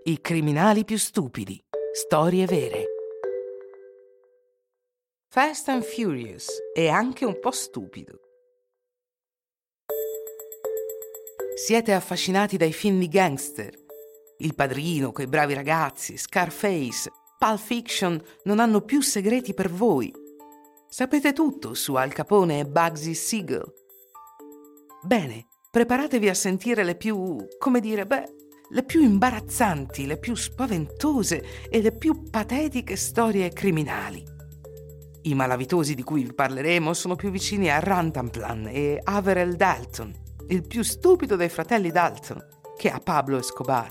I criminali più stupidi. Storie vere. Fast and Furious è anche un po' stupido. Siete affascinati dai film di gangster? Il Padrino, Quei bravi ragazzi, Scarface, Pulp Fiction non hanno più segreti per voi. Sapete tutto su Al Capone e Bugsy Siegel. Bene, preparatevi a sentire le più imbarazzanti, le più spaventose e le più patetiche storie criminali. I malavitosi di cui vi parleremo sono più vicini a Rantanplan e Averell Dalton, il più stupido dei fratelli Dalton, che a Pablo Escobar.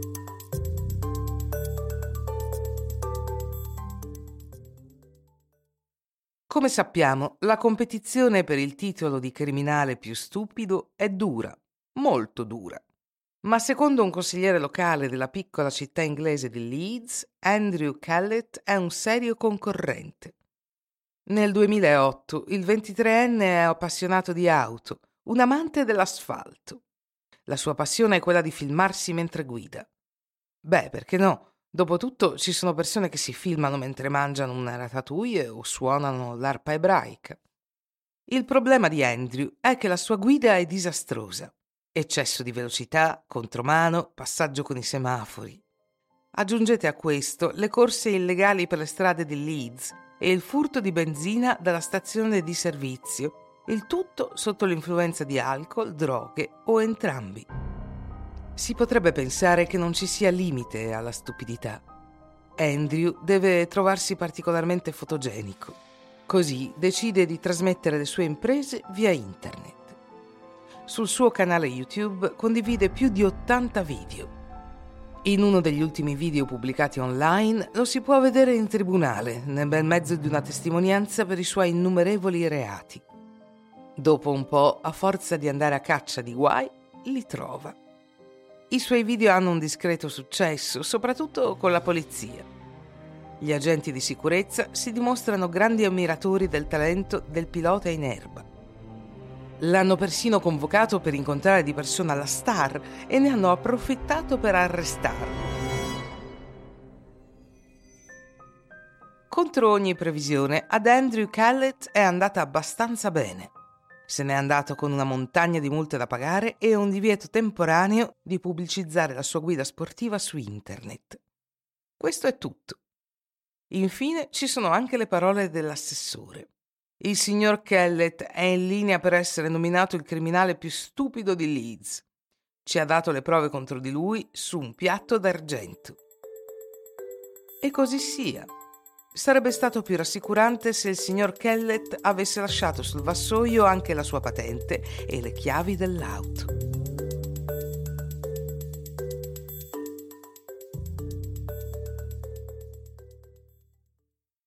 Come sappiamo, la competizione per il titolo di criminale più stupido è dura, molto dura. Ma secondo un consigliere locale della piccola città inglese di Leeds, Andrew Kellett è un serio concorrente. Nel 2008 il 23enne è appassionato di auto, un amante dell'asfalto. La sua passione è quella di filmarsi mentre guida. Beh, perché no? Dopotutto ci sono persone che si filmano mentre mangiano una ratatouille o suonano l'arpa ebraica. Il problema di Andrew è che la sua guida è disastrosa. Eccesso di velocità, contromano, passaggio con i semafori. Aggiungete a questo le corse illegali per le strade di Leeds e il furto di benzina dalla stazione di servizio, il tutto sotto l'influenza di alcol, droghe o entrambi. Si potrebbe pensare che non ci sia limite alla stupidità. Andrew deve trovarsi particolarmente fotogenico. Così decide di trasmettere le sue imprese via internet. Sul suo canale YouTube condivide più di 80 video. In uno degli ultimi video pubblicati online lo si può vedere in tribunale, nel bel mezzo di una testimonianza per i suoi innumerevoli reati. Dopo un po', a forza di andare a caccia di guai, li trova. I suoi video hanno un discreto successo, soprattutto con la polizia. Gli agenti di sicurezza si dimostrano grandi ammiratori del talento del pilota in erba. L'hanno persino convocato per incontrare di persona la star e ne hanno approfittato per arrestarlo. Contro ogni previsione, ad Andrew Kellett è andata abbastanza bene. Se n'è andato con una montagna di multe da pagare e un divieto temporaneo di pubblicizzare la sua guida sportiva su internet. Questo è tutto. Infine ci sono anche le parole dell'assessore. Il signor Kellett è in linea per essere nominato il criminale più stupido di Leeds. Ci ha dato le prove contro di lui su un piatto d'argento. E così sia. Sarebbe stato più rassicurante se il signor Kellett avesse lasciato sul vassoio anche la sua patente e le chiavi dell'auto.